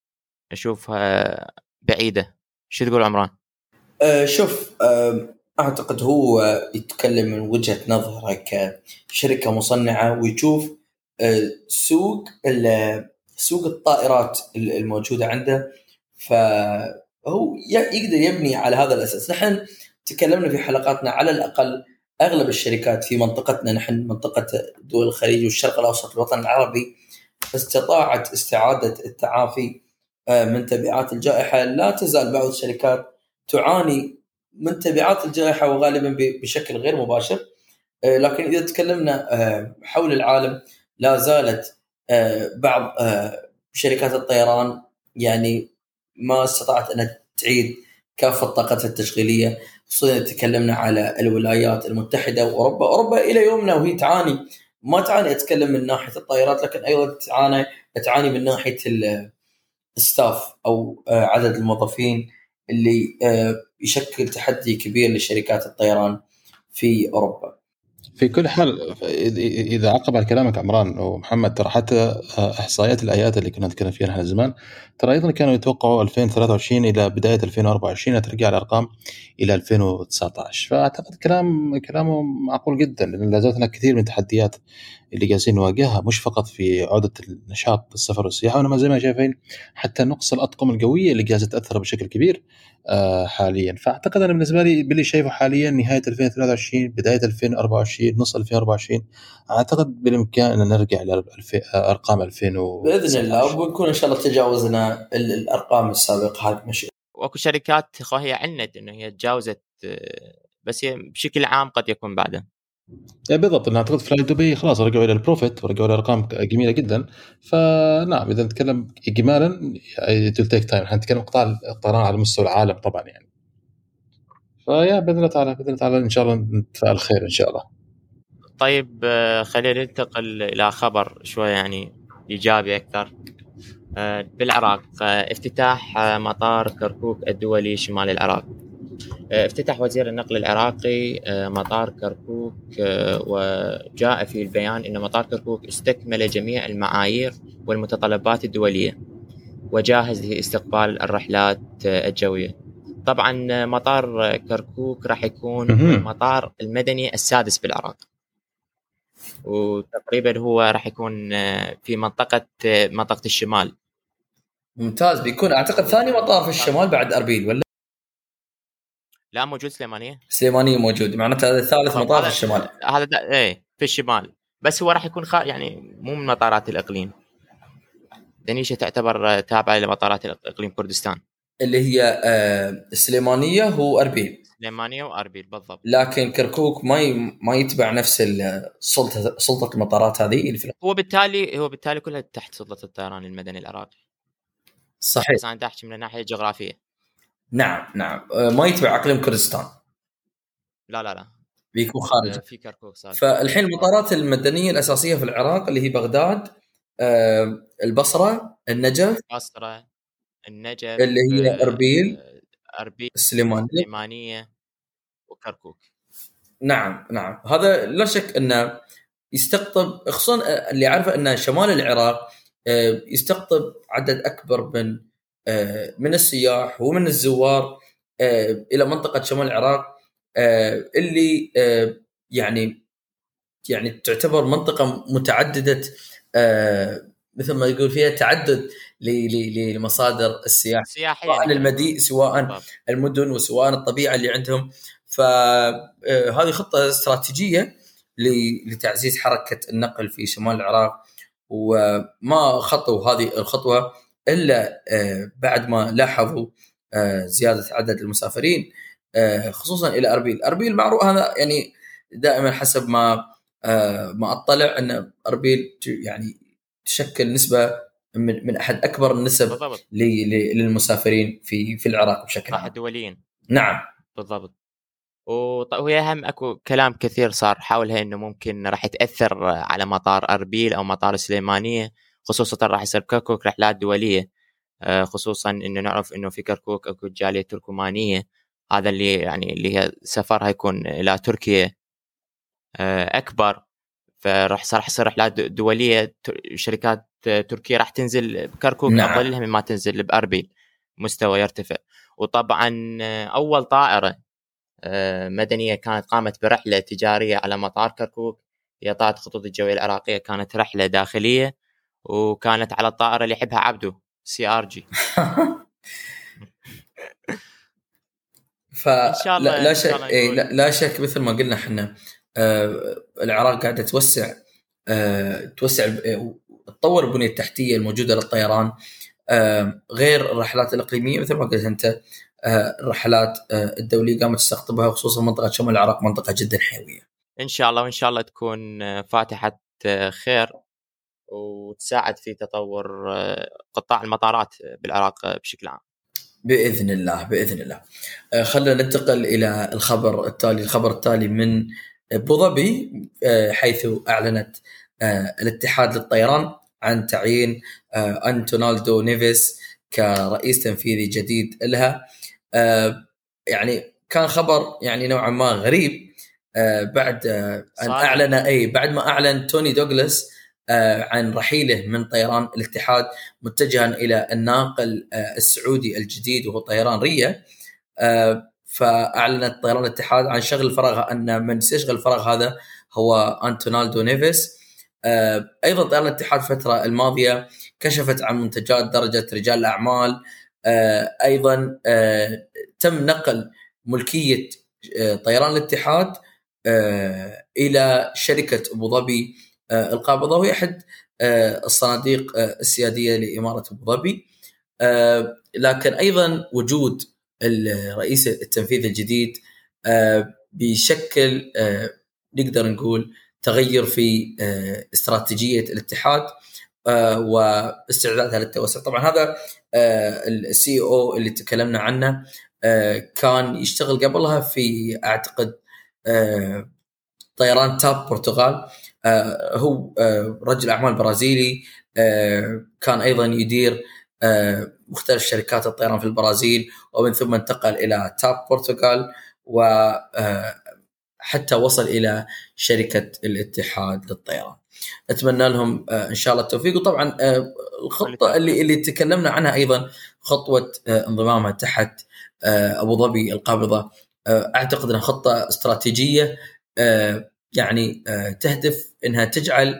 أشوفها بعيدة. شو تقول عمران؟ أه شوف أه أعتقد هو يتكلم من وجهة نظره كشركة مصنعة، ويشوف أه سوق سوق الطائرات الموجودة عنده، فهو يقدر يبني على هذا الأساس. نحن تكلمنا في حلقاتنا على الأقل أغلب الشركات في منطقتنا، نحن منطقة دول الخليج والشرق الأوسط الوطن العربي، استطاعت استعادة التعافي من تبعات الجائحة. لا تزال بعض الشركات تعاني من تبعات الجائحة وغالبا بشكل غير مباشر، لكن إذا تكلمنا حول العالم لا زالت بعض شركات الطيران يعني ما استطاعت أن تعيد كافة طاقتها التشغيلية، خصوصا تكلمنا على الولايات المتحدة وأوروبا. أوروبا إلى يومنا وهي تعاني، ما تعاني أتكلم من ناحية الطائرات، لكن أيضا تعاني تعاني من ناحية الستاف أو عدد الموظفين اللي يشكل تحدي كبير لشركات الطيران في أوروبا. في كل حال إذا عقب على كلامك عمران ومحمد، ترى حتى إحصائيات الآيات اللي كنا نتكلم فيها نحن زمان، ترى أيضا كانوا يتوقعوا ألفين وثلاثة وعشرين إلى بداية ألفين وأربعة وعشرين ترجع الأرقام إلى ألفين وتسعة عشر. فأعتقد كلام كلامه معقول جدا، لأن لا زالت هناك كثير من التحديات اللي جالسين نواجهها، مش فقط في عودة النشاط السفر والسياحة، وإنما زي ما شايفين حتى نقص الأطقم الجوية اللي جالسة تأثر بشكل كبير حاليا. فأعتقد أنا بالنسبة لي باللي شايفه حاليا نهاية ألفين وثلاثة وعشرين بداية ألفين وأربعة وعشرين نص ألفين وأربعة وعشرين، أعتقد بالإمكان أن نرجع إلى أرقام ألفين بإذن الله، وبنكون إن شاء الله تجاوزنا الأرقام السابقة. هذا مشي. وأكو شركات هي عند إنه هي تجاوزت، بس هي بشكل عام قد يكون بعدها. بالضبط. أنا أعتقد فلاي دبي خلاص رجعوا إلى البروفيت ورجعوا إلى أرقام جميلة جدا. فنعم إذا نتكلم إجمالا تلتيك تايم، نتكلم قطاع الطيران على مستوى العالم طبعا يعني. فيا بإذن الله تعالى بإذن الله تعالى إن شاء الله نتفائل خير إن شاء الله. طيب خلينا ننتقل إلى خبر شوي يعني إيجابي أكثر. بالعراق افتتاح مطار كركوك الدولي شمال العراق. افتتح وزير النقل العراقي مطار كركوك، وجاء في البيان أن مطار كركوك استكمل جميع المعايير والمتطلبات الدولية وجاهز لاستقبال الرحلات الجوية. طبعا مطار كركوك راح يكون المطار المدني السادس بالعراق. وتقريبا هو راح يكون في منطقة منطقة الشمال. ممتاز. بيكون اعتقد ثاني مطار في الشمال بعد اربيل ولا لا؟ موجود سليمانية. سليمانية موجود، معناته هذا ثالث مطار في الشمال. هذا ايه في الشمال، بس هو راح يكون خ... يعني مو من مطارات الإقليم. دنيشة تعتبر تابعة لمطارات الإقليم كردستان، اللي هي آه السليمانية هو أربيل. سليمانية وأربيل بالضبط. لكن كركوك ما ي... ما يتبع نفس السلطة سلطة المطارات هذه اللي في... هو بالتالي هو بالتالي كلها تحت سلطة الطيران المدني العراقي. صحيح. بس أنا أحكي من الناحية الجغرافية. نعم نعم. آه ما يتبع إقليم كردستان. لا لا لا بيكون خارج. آه في كركوك صار. فالحين المطارات المدنية الأساسية في العراق اللي هي بغداد، آه البصرة، النجف، البصرة، النجف، اللي هي أربيل، أربيل، السليمانية السليمانية وكركوك. نعم نعم. هذا لا شك أنه يستقطب، خصوصا اللي عارفه أن شمال العراق يستقطب عدد أكبر من من السياح ومن الزوار إلى منطقة شمال العراق، اللي يعني يعني تعتبر منطقة متعددة، مثل ما يقول فيها تعدد لمصادر السياحة، سواء المدينة سواء المدن وسواء الطبيعة اللي عندهم. فهذه خطة استراتيجية لتعزيز حركة النقل في شمال العراق، وما خطوا هذه الخطوة إلا بعد ما لاحظوا زيادة عدد المسافرين خصوصا إلى أربيل. أربيل معروف هذا يعني دائما حسب ما ما أطلع أن أربيل يعني تشكل نسبة من من أحد أكبر النسب للمسافرين في في العراق بشكل عام دوليا. نعم بالضبط. وهي هم اكو كلام كثير صار حولها انه ممكن راح يتاثر على مطار اربيل او مطار سليمانيه، خصوصا راح يصير كركوك رحلات دوليه، خصوصا انه نعرف انه في كركوك اكو جاليه تركمانيه، هذا اللي يعني اللي هي سفرها يكون الى تركيا اكبر، فراح صار يصير رحلات دوليه. شركات تركيا راح تنزل بكركوك نعم. افضل لها مما تنزل باربيل، مستوى يرتفع. وطبعا اول طائره مدنية كانت قامت برحلة تجارية على مطار كركوك هي طائرة الخطوط الجوية العراقية، كانت رحلة داخلية وكانت على الطائرة اللي يحبها عبده سي ار جي. فلا لا شك إيه لا, لا شك مثل ما قلنا احنا آه العراق قاعدة توسع آه توسع تطور البنية التحتية الموجودة للطيران، آه غير الرحلات الإقليمية مثل ما قلت أنت. الرحلات الدولية قامت تستقطبها، خصوصا منطقة شمال العراق منطقة جدا حيوية. إن شاء الله، وإن شاء الله تكون فاتحة خير وتساعد في تطور قطاع المطارات بالعراق بشكل عام بإذن الله بإذن الله. خلينا ننتقل إلى الخبر التالي. الخبر التالي من أبوظبي، حيث أعلنت الاتحاد للطيران عن تعيين أنتونالدو نيفيس كرئيس تنفيذي جديد لها. آه يعني كان خبر يعني نوعا ما غريب، آه بعد آه أن أعلن أي بعد ما أعلن توني دوغلاس آه عن رحيله من طيران الاتحاد متجها إلى الناقل آه السعودي الجديد وهو طيران ريا. آه فأعلنت طيران الاتحاد عن شغل الفراغ، أن من سيشغل الفراغ هذا هو أنتونالدو نيفيس. آه أيضا طيران الاتحاد فترة الماضية كشفت عن منتجات درجة رجال الأعمال. آه أيضا آه تم نقل ملكية آه طيران الاتحاد آه إلى شركة أبوظبي آه القابضة، وهي أحد آه الصناديق آه السيادية لإمارة أبوظبي. آه لكن أيضا وجود الرئيس التنفيذي الجديد آه بيشكل آه نقدر نقول تغير في آه استراتيجية الاتحاد آه واستعدادها للتوسع. طبعا هذا آه السي او اللي تكلمنا عنه آه كان يشتغل قبلها في اعتقد آه طيران تاب برتغال. آه هو آه رجل اعمال برازيلي، آه كان ايضا يدير آه مختلف شركات الطيران في البرازيل، ومن ثم انتقل الى تاب برتغال وحتى وصل الى شركة الاتحاد للطيران. اتمنى لهم ان شاء الله التوفيق. وطبعا الخطه اللي اللي تكلمنا عنها ايضا خطوه انضمامها تحت ابو ظبي القابضه، اعتقد انها خطه استراتيجيه يعني تهدف انها تجعل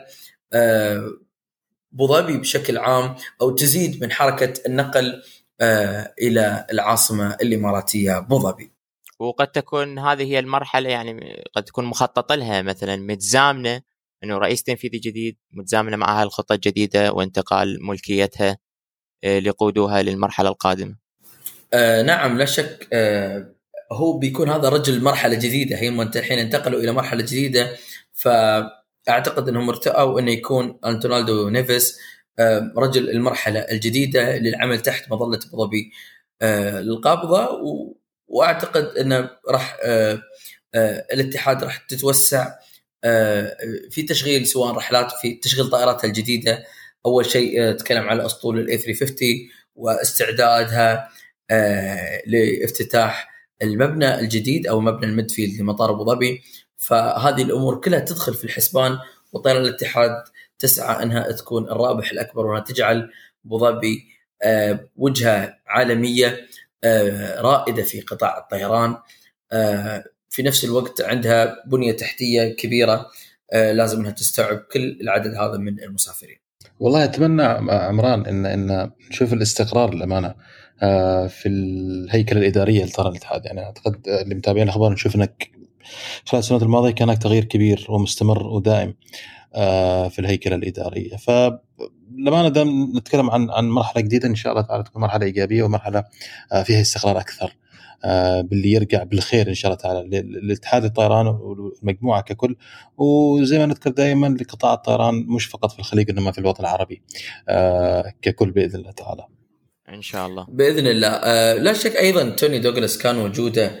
ابو ظبي بشكل عام او تزيد من حركه النقل الى العاصمه الاماراتيه ابو ظبي. وقد تكون هذه هي المرحله يعني قد تكون مخطط لها مثلا متزامنه انه رئيس تنفيذي جديد متزامنه مع هاي الخطه الجديده وانتقال ملكيتها لقودها للمرحله القادمه. آه نعم لا شك. آه هو بيكون هذا رجل مرحله جديده، هم الحين انتقلوا الى مرحله جديده، فاعتقد انهم ارتأوا انه يكون أنتونالدو نيفيس آه رجل المرحله الجديده للعمل تحت مظله ابو ظبي آه للقابضه. و... واعتقد انه راح آه آه الاتحاد راح تتوسع آه في تشغيل سواء رحلات في تشغيل طائراتها الجديده. اول شيء آه تكلم على اسطول الاي ثلاثمية وخمسين واستعدادها آه لافتتاح المبنى الجديد او مبنى الميدفيلد لمطار ابو ظبي. فهذه الامور كلها تدخل في الحسبان، وطيران الاتحاد تسعى انها تكون الرابح الاكبر وانها تجعل ابو ظبي آه وجهه عالميه آه رائده في قطاع الطيران. آه في نفس الوقت عندها بنيه تحتيه كبيره آه لازم انها تستوعب كل العدد هذا من المسافرين. والله اتمنى عمران ان ان نشوف الاستقرار للامانه في الهيكله الاداريه لطيران الاتحاد. يعني اعتقد اللي متابعين الاخبار نشوف انك خلال السنوات الماضيه كان هناك تغيير كبير ومستمر ودائم في الهيكله الاداريه. فلما دام نتكلم عن عن مرحله جديده ان شاء الله تعالى تكون مرحله ايجابيه ومرحله فيها استقرار اكثر باللي يرجع بالخير ان شاء الله تعالى للاتحاد الطيران والمجموعه ككل. وزي ما نذكر دائما لقطاع الطيران مش فقط في الخليج انما في الوطن العربي ككل باذن الله تعالى ان شاء الله باذن الله. لا شك ايضا توني دوغلاس كان وجوده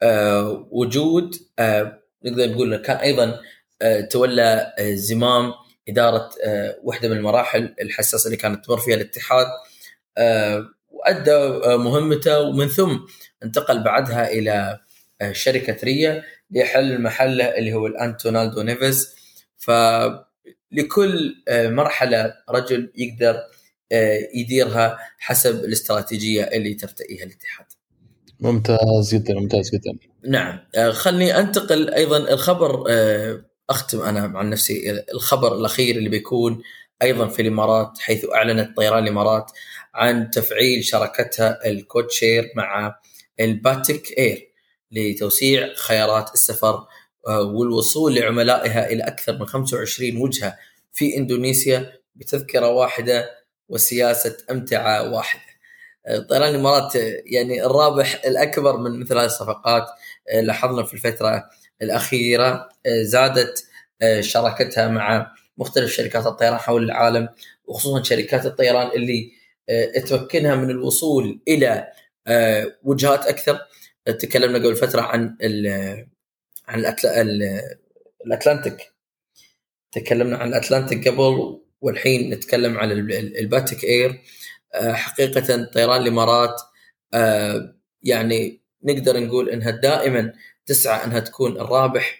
وجود نقدر نقول كان ايضا تولى زمام اداره واحده من المراحل الحساسه اللي كانت تمر فيها الاتحاد وادى مهمته، ومن ثم انتقل بعدها الى شركه ريا ليحل محله اللي هو أنتونالدو نيفيس. فلكل مرحله رجل يقدر يديرها حسب الاستراتيجيه اللي ترتئيها الاتحاد. ممتاز جدا ممتاز جدا. نعم خلني انتقل ايضا الخبر اختم انا عن نفسي الخبر الاخير اللي بيكون ايضا في الامارات، حيث اعلنت طيران الامارات عن تفعيل شراكتها الكودشير مع الباتيك اير لتوسيع خيارات السفر والوصول لعملائها الى اكثر من خمسة وعشرين وجهه في اندونيسيا بتذكره واحده وسياسه امتعه واحده. طيران الامارات يعني الرابح الاكبر من مثل هذه الصفقات. لاحظنا في الفتره الاخيره زادت شراكتها مع مختلف شركات الطيران حول العالم، وخصوصا شركات الطيران اللي تمكنها من الوصول الى وجهات اكثر. تكلمنا قبل فتره عن ال عن الأتلانتيك، تكلمنا عن الأتلانتيك قبل، والحين نتكلم عن الباتيك اير. حقيقة طيران الإمارات يعني نقدر نقول أنها دائما تسعى أنها تكون الرابح،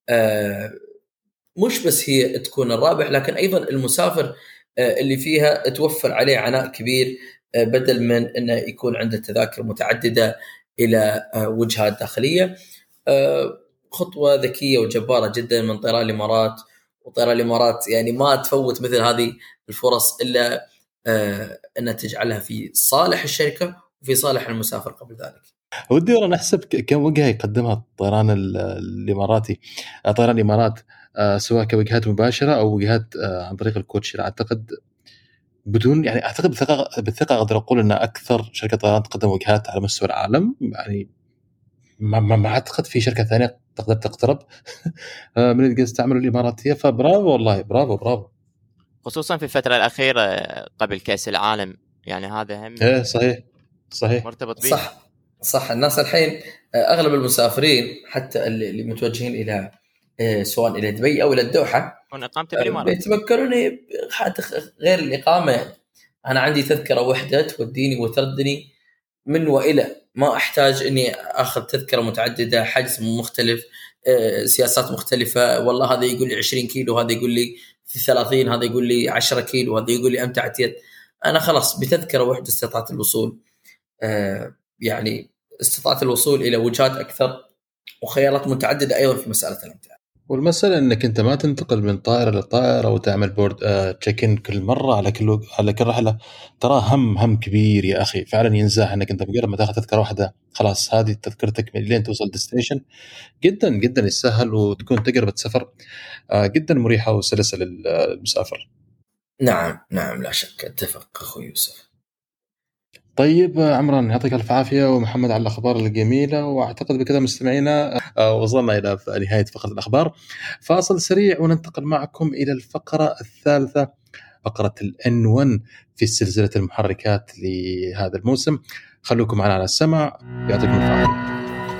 مش بس هي تكون الرابح لكن أيضا المسافر اللي فيها توفر عليه عناء كبير، بدل من أنه يكون عنده تذاكر متعددة إلى وجهات داخلية. خطوة ذكية وجبارة جدا من طيران الإمارات. وطيران الإمارات يعني ما تفوت مثل هذه الفرص إلا آه أنها تجعلها في صالح الشركة وفي صالح المسافر. قبل ذلك ودي ورا نحسب كم وجهة يقدمها الطيران الإماراتي طيران الإمارات آه سواء كوجهات مباشرة أو وجهات آه عن طريق الكوتشير. أعتقد بدون يعني أعتقد بثقة بالثقة أقدر أقول أن أكثر شركة طيران تقدم وجهات على مستوى العالم. يعني ما ما أعتقد في شركة ثانية تقدر تقترب من اللي تستعمل الإماراتية. فبرافو والله برافو برافو، خصوصا في الفترة الأخيرة قبل كأس العالم. يعني هذا هم إيه صحيح صحيح مرتبط به. صح صح. الناس الحين أغلب المسافرين حتى اللي متوجهين إلى سواء إلى دبي أو إلى الدوحة هون إقامته بالإمارات بيتفكروني غير الإقامة. أنا عندي تذكرة واحدة توديني وتردني من وإلى، ما أحتاج إني أخذ تذكرة متعددة، حجز مختلف، سياسات مختلفة. والله هذا يقول لي عشرين كيلو، هذا يقول لي ثلاثين، هذا يقول لي عشرة كيلو، هذا يقول لي أمتعة يد. أنا خلاص بتذكرة واحدة استطعت الوصول، يعني استطعت الوصول إلى وجهات أكثر وخيارات متعددة أيضا في مسألة الأمتعة. والمسألة انك انت ما تنتقل من طائرة لطائرة وتعمل بورد آه تشيك ان كل مرة على كل على كل رحلة، ترى هم هم كبير يا اخي فعلا ينزاح انك انت مجرد ما تاخذ تذكرة واحدة خلاص هذه تذكرتك لين توصل ديستنيشن. جدا جدا يسهل وتكون تجربة سفر آه جدا مريحة وسلسة للمسافر. نعم نعم لا شك، اتفق اخوي يوسف. طيب عمران يعطيك الف عافيه ومحمد على الاخبار الجميله، واعتقد بكذا مستمعينا وصلنا الى نهايه فقره الاخبار. فاصل سريع وننتقل معكم الى الفقره الثالثه، فقره الان واحد في سلسله المحركات لهذا الموسم. خلوكم معنا على السمع، يعطيكم العافيه.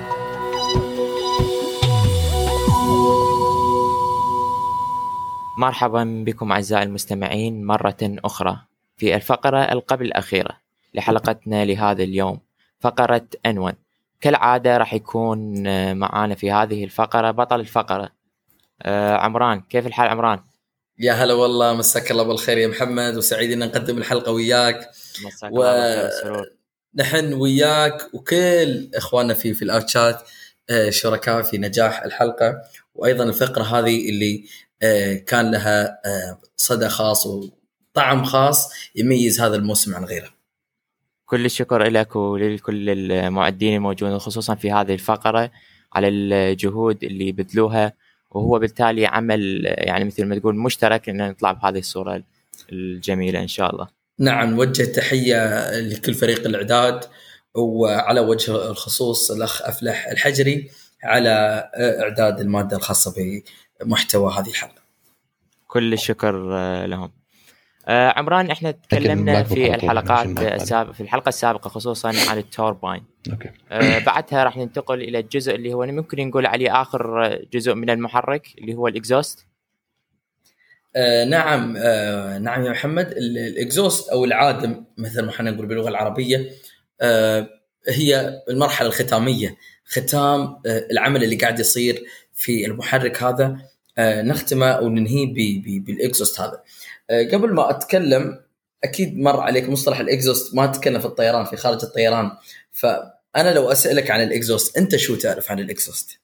مرحبا بكم أعزائي المستمعين مرة أخرى في الفقرة القبل الأخيرة لحلقتنا لهذا اليوم، فقرة إن واحد. كالعادة راح يكون معانا في هذه الفقرة بطل الفقرة آه عمران. كيف الحال عمران؟ يا هلا والله، مساك الله بالخير يا محمد، وسعيد ان نقدم الحلقة وياك. مساك و... الله بالخير والسرور. نحن وياك وكل اخواننا في في الاوتشات آه شركاء في نجاح الحلقة، وايضا الفقرة هذه اللي آه كان لها آه صدى خاص وطعم خاص يميز هذا الموسم عن غيره. كل الشكر لك ولكل المعدين الموجودين خصوصا في هذه الفقرة على الجهود اللي بذلوها، وهو بالتالي عمل يعني مثل ما تقول مشترك ان نطلع بهذه الصورة الجميلة ان شاء الله. نعم، نوجه تحية لكل فريق الإعداد، وعلى وجه الخصوص الأخ أفلح الحجري على إعداد المادة الخاصة بمحتوى هذه الحلقة. كل الشكر لهم. آه عمران، احنا تكلمنا في الحلقات السابقة في الحلقة السابقة خصوصا عن التوربين. أوكي. آه بعدها راح ننتقل إلى الجزء اللي هو ممكن نقول عليه آخر جزء من المحرك اللي هو الإكزوست. آه نعم آه نعم يا محمد، الإكزوست أو العادم مثل ما احنا نقول باللغة العربية آه هي المرحلة الختامية، ختام آه العمل اللي قاعد يصير في المحرك هذا، آه نختمه أو ننهيه بالإكزوست هذا. قبل ما أتكلم، أكيد مر عليك مصطلح الإكزوست، ما أتكلم في الطيران، في خارج الطيران، فأنا لو أسألك عن الإكزوست أنت شو تعرف عن الإكزوست؟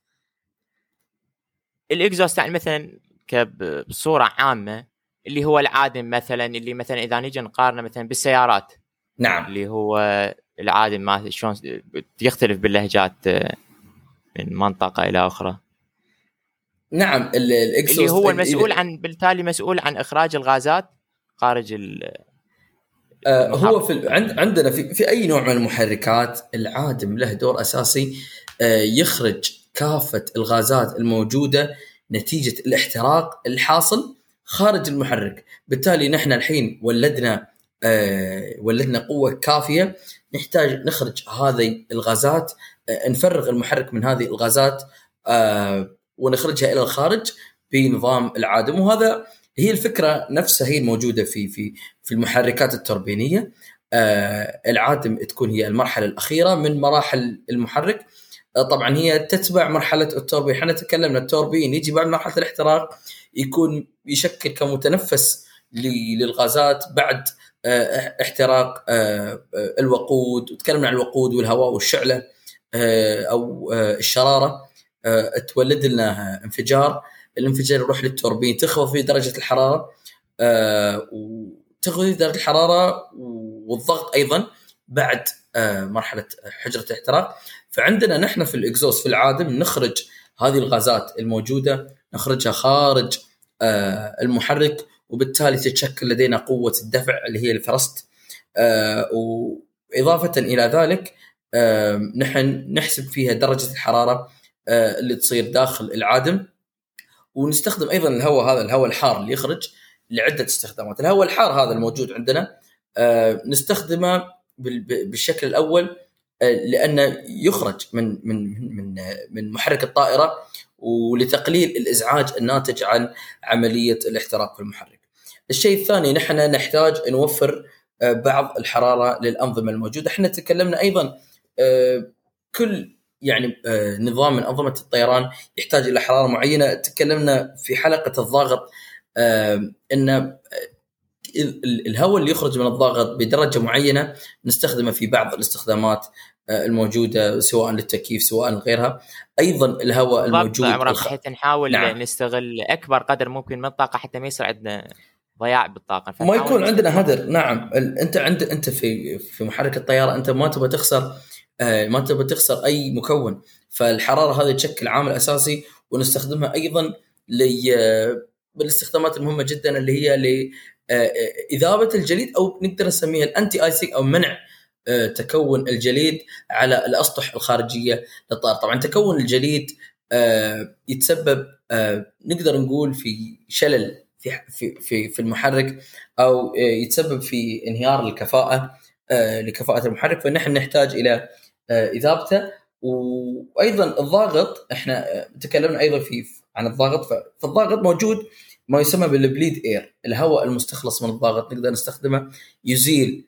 الإكزوست يعني مثلا بصورة عامة اللي هو العادم، مثلا اللي مثلا إذا نيجي نقارنه مثلا بالسيارات. نعم. اللي هو العادم ما شلون يختلف باللهجات من منطقة إلى أخرى. نعم، الإكزوست اللي هو المسؤول عن بالتالي مسؤول عن إخراج الغازات خارج ال آه هو في عند عندنا في في أي نوع من المحركات العادم له دور أساسي، آه يخرج كافة الغازات الموجودة نتيجة الاحتراق الحاصل خارج المحرك. بالتالي نحن الحين ولدنا آه ولدنا قوة كافية، نحتاج نخرج هذه الغازات، آه نفرغ المحرك من هذه الغازات آه ونخرجها إلى الخارج بنظام العادم. وهذا هي الفكرة نفسها هي الموجودة في في في المحركات التوربينية. آه العادم تكون هي المرحلة الأخيرة من مراحل المحرك. آه طبعا هي تتبع مرحلة التوربين. احنا تكلمنا التوربين يجي بعد مرحلة الاحتراق، يكون يشكل كمتنفس للغازات بعد آه احتراق آه الوقود، وتكلمنا عن الوقود والهواء والشعلة آه أو آه الشرارة. آه تولد لنا انفجار، الانفجار يروح للتوربين، تخفض فيه درجة الحرارة آه وتخفض فيه درجة الحرارة والضغط أيضا بعد آه مرحلة حجرة الاحتراق. فعندنا نحن في الإكزوست في العادم نخرج هذه الغازات الموجودة، نخرجها خارج آه المحرك، وبالتالي تتشكل لدينا قوة الدفع اللي هي الثرست. آه وإضافة إلى ذلك آه نحن نحسب فيها درجة الحرارة آه اللي تصير داخل العادم، ونستخدم أيضا الهواء هذا الهواء الحار اللي يخرج لعدة استخدامات. الهواء الحار هذا الموجود عندنا آه نستخدمه بالشكل الأول آه لأنه يخرج من من من من محرك الطائرة، ولتقليل الإزعاج الناتج عن عملية الاحتراق في المحرك. الشيء الثاني، نحن نحتاج نوفر آه بعض الحرارة للأنظمة الموجودة. احنا تكلمنا أيضا آه كل يعني آه نظام من أنظمة الطيران يحتاج إلى حرارة معينة. تكلمنا في حلقة الضغط آه إن آه الهواء اللي يخرج من الضغط بدرجة معينة نستخدمه في بعض الاستخدامات الموجودة سواء للتكييف سواء غيرها. أيضا الهواء الموجود الخ... بحيث نحاول نعم. نستغل أكبر قدر ممكن من الطاقة حتى ما يصير عندنا ضياع بالطاقة، ما يكون عندنا هدر. نعم أنت عند أنت في في محرك الطيارة أنت ما تبغى تخسر ما تبغى تخسر أي مكون، فالحرارة هذه تشكل عامل أساسي ونستخدمها أيضا بالاستخدامات المهمة جدا اللي هي لإذابة الجليد أو نقدر نسميها الأنتي آيسينج أو منع تكون الجليد على الأسطح الخارجية للطائرة. طبعا تكون الجليد يتسبب نقدر نقول في شلل في في في المحرك أو يتسبب في انهيار الكفاءة لكفاءة المحرك، فنحن نحتاج إلى إذابته. وأيضا الضاغط احنا تكلمنا أيضا في عن الضاغط، فالضاغط موجود ما يسمى بالبليد اير، الهواء المستخلص من الضاغط نقدر نستخدمه يزيل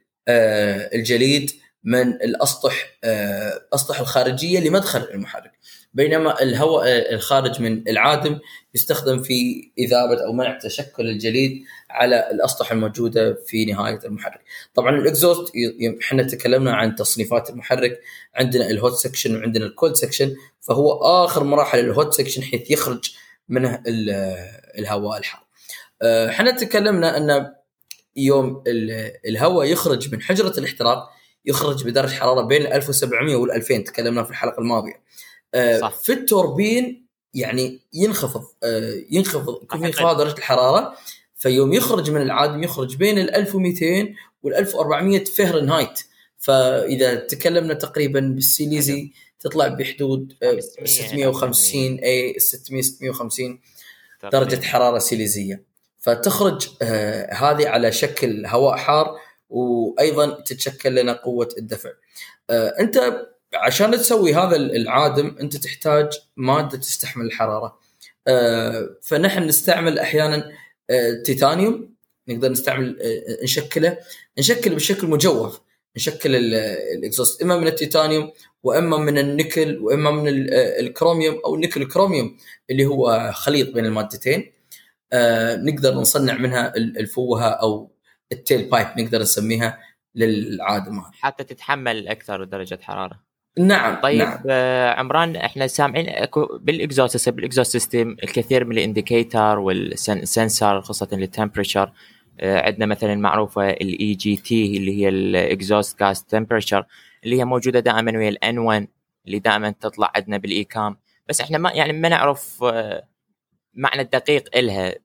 الجليد من الأسطح الأسطح الخارجية لمدخل المحرك، بينما الهواء الخارج من العادم يستخدم في إذابة أو منع تشكل الجليد على الأسطح الموجودة في نهاية المحرك. طبعا الإكزوست احنا تكلمنا عن تصنيفات المحرك، عندنا الهوت سكشن وعندنا الكولد سكشن، فهو آخر مراحل الهوت سكشن حيث يخرج منه الهواء الحار. احنا تكلمنا أن يوم الهواء يخرج من حجرة الاحتراق يخرج بدرجة حرارة بين ألف وسبعمية والألفين، تكلمنا في الحلقة الماضية. صح. في التوربين يعني ينخفض ينخفض انخفاض درجة الحرارة، فيوم يخرج من العادم يخرج بين الألف ومئتين والألف وأربعمية فهرنهايت، فإذا تكلمنا تقريبا بالسيليزي تطلع بحدود ستمية وخمسين أي ستمية ستمية وخمسين درجة حرارة سيليزية، فتخرج آه هذه على شكل هواء حار، وأيضا تتشكل لنا قوة الدفع. آه أنت عشان تسوي هذا العادم أنت تحتاج مادة تستحمل الحرارة، آه فنحن نستعمل أحيانا آه تيتانيوم، نقدر نستعمل آه نشكله نشكله بشكل مجوف، نشكل الإكزوست إما من التيتانيوم وإما من النيكل وإما من الكروميوم أو النيكل كروميوم اللي هو خليط بين المادتين. آه نقدر نصنع منها الفوهة أو التيل بايب نقدر نسميها للعادمات حتى تتحمل أكثر درجة حرارة. نعم. طيب نعم. آه عمران، احنا سامعين بالإكزوست بالإكزوست سيستم الكثير من الانديكيتور والسنسر خاصة للتمبريتشر. آه عندنا مثلا معروفة الاي جي تي اللي هي الاكزوست جاس تمبريتشر اللي هي موجودة دائما ويا الان واحد اللي دائما تطلع عندنا بالايكام، بس احنا ما يعني ما نعرف آه معنى الدقيق إلها،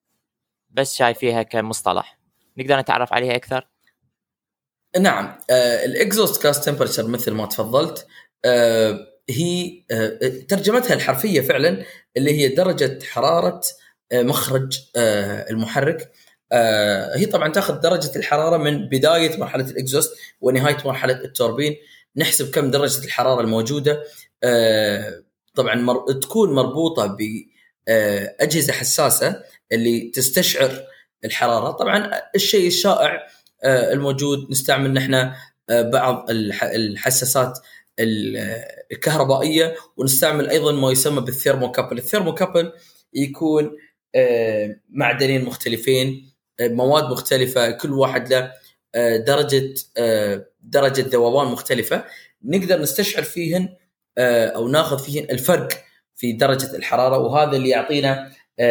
بس شايفيها كمصطلح نقدر نتعرف عليها أكثر. نعم. آه الإكزوست كاست تمبرتشر مثل ما تفضلت آه هي آه ترجمتها الحرفية فعلا اللي هي درجة حرارة آه مخرج آه المحرك. آه هي طبعا تأخذ درجة الحرارة من بداية مرحلة الإكزوست ونهاية مرحلة التوربين، نحسب كم درجة الحرارة الموجودة. آه طبعا مر... تكون مربوطة ب أجهزة حساسة اللي تستشعر الحرارة. طبعا الشيء الشائع الموجود نستعمل نحن بعض الحساسات الكهربائية، ونستعمل أيضا ما يسمى بالثيرموكابل. الثيرموكابل يكون معدنين مختلفين، مواد مختلفة، كل واحد له درجة درجة ذوبان مختلفة، نقدر نستشعر فيهن أو ناخذ فيهن الفرق في درجة الحرارة، وهذا اللي يعطينا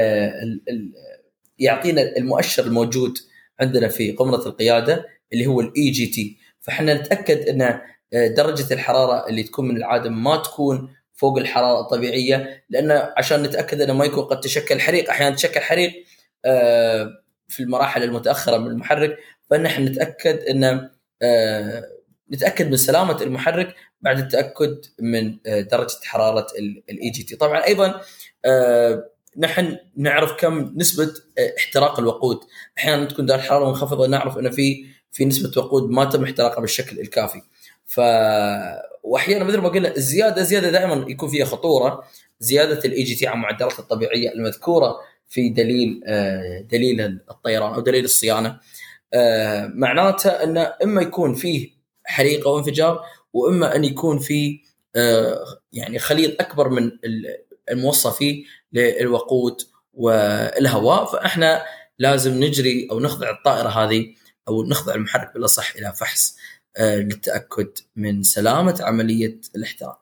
يعطينا المؤشر الموجود عندنا في قمرة القيادة اللي هو الإي جي تي. فحنا نتأكد أن درجة الحرارة اللي تكون من العادم ما تكون فوق الحرارة الطبيعية، لأن عشان نتأكد أنه ما يكون قد تشكل حريق. أحيانا تشكل حريق في المراحل المتأخرة من المحرك، فنحن نتأكد أن نتأكد من سلامة المحرك بعد التأكد من درجة حرارة الإي جي تي. طبعا أيضا نحن نعرف كم نسبة احتراق الوقود. أحيانا تكون درجة حرارة منخفضة، نعرف أن في في نسبة وقود ما تم احتراقها بالشكل الكافي. ف وأحيانا مثل ما قلنا الزيادة زيادة دائما يكون فيها خطورة، زيادة الإي جي تي عن معدلات الطبيعية المذكورة في دليل دليل الطيران أو دليل الصيانة. معناتها أن إما يكون فيه حريق أو انفجار، وإما أن يكون فيه يعني خليط أكبر من الموصى فيه للوقود والهواء. فإحنا لازم نجري أو نخضع الطائرة هذه أو نخضع المحرك بالأصح إلى فحص للتأكد من سلامة عملية الاحتراق.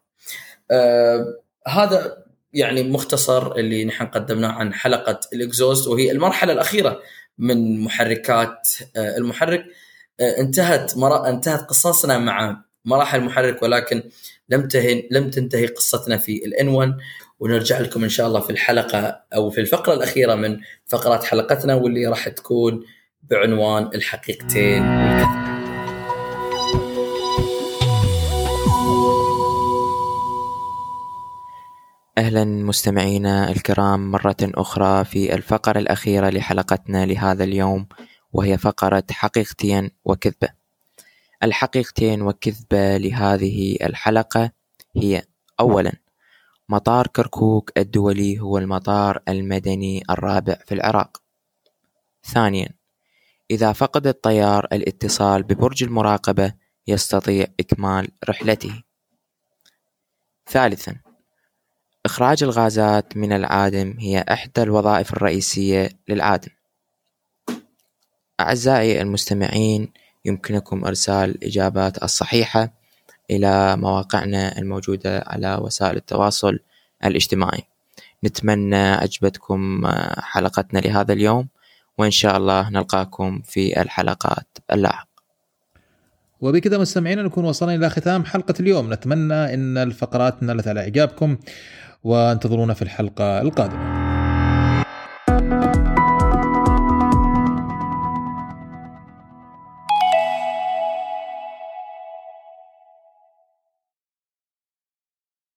هذا يعني مختصر اللي نحن قدمناه عن حلقة الإكزوست، وهي المرحلة الأخيرة من محركات المحرك. انتهت مر... انتهت قصصنا مع مراحل المحرك، ولكن لم تهن... لم تنتهي قصتنا في الإن ون، ونرجع لكم إن شاء الله في الحلقة أو في الفقرة الأخيرة من فقرات حلقتنا، واللي راح تكون بعنوان الحقيقتين والكذب. أهلا مستمعينا الكرام مرة أخرى في الفقرة الأخيرة لحلقتنا لهذا اليوم، وهي فقرة حقيقتين وكذبة. الحقيقتين والكذبة لهذه الحلقة هي: أولا، مطار كركوك الدولي هو المطار المدني الرابع في العراق. ثانيا، إذا فقد الطيار الاتصال ببرج المراقبة يستطيع إكمال رحلته. ثالثا، إخراج الغازات من العادم هي إحدى الوظائف الرئيسية للعادم. أعزائي المستمعين، يمكنكم إرسال الإجابات الصحيحة إلى مواقعنا الموجودة على وسائل التواصل الاجتماعي. نتمنى عجبتكم حلقتنا لهذا اليوم، وإن شاء الله نلقاكم في الحلقات اللاحقة. وبكذا مستمعين نكون وصلنا إلى ختام حلقة اليوم. نتمنى أن الفقرات نالت على إعجابكم، وانتظرونا في الحلقة القادمة.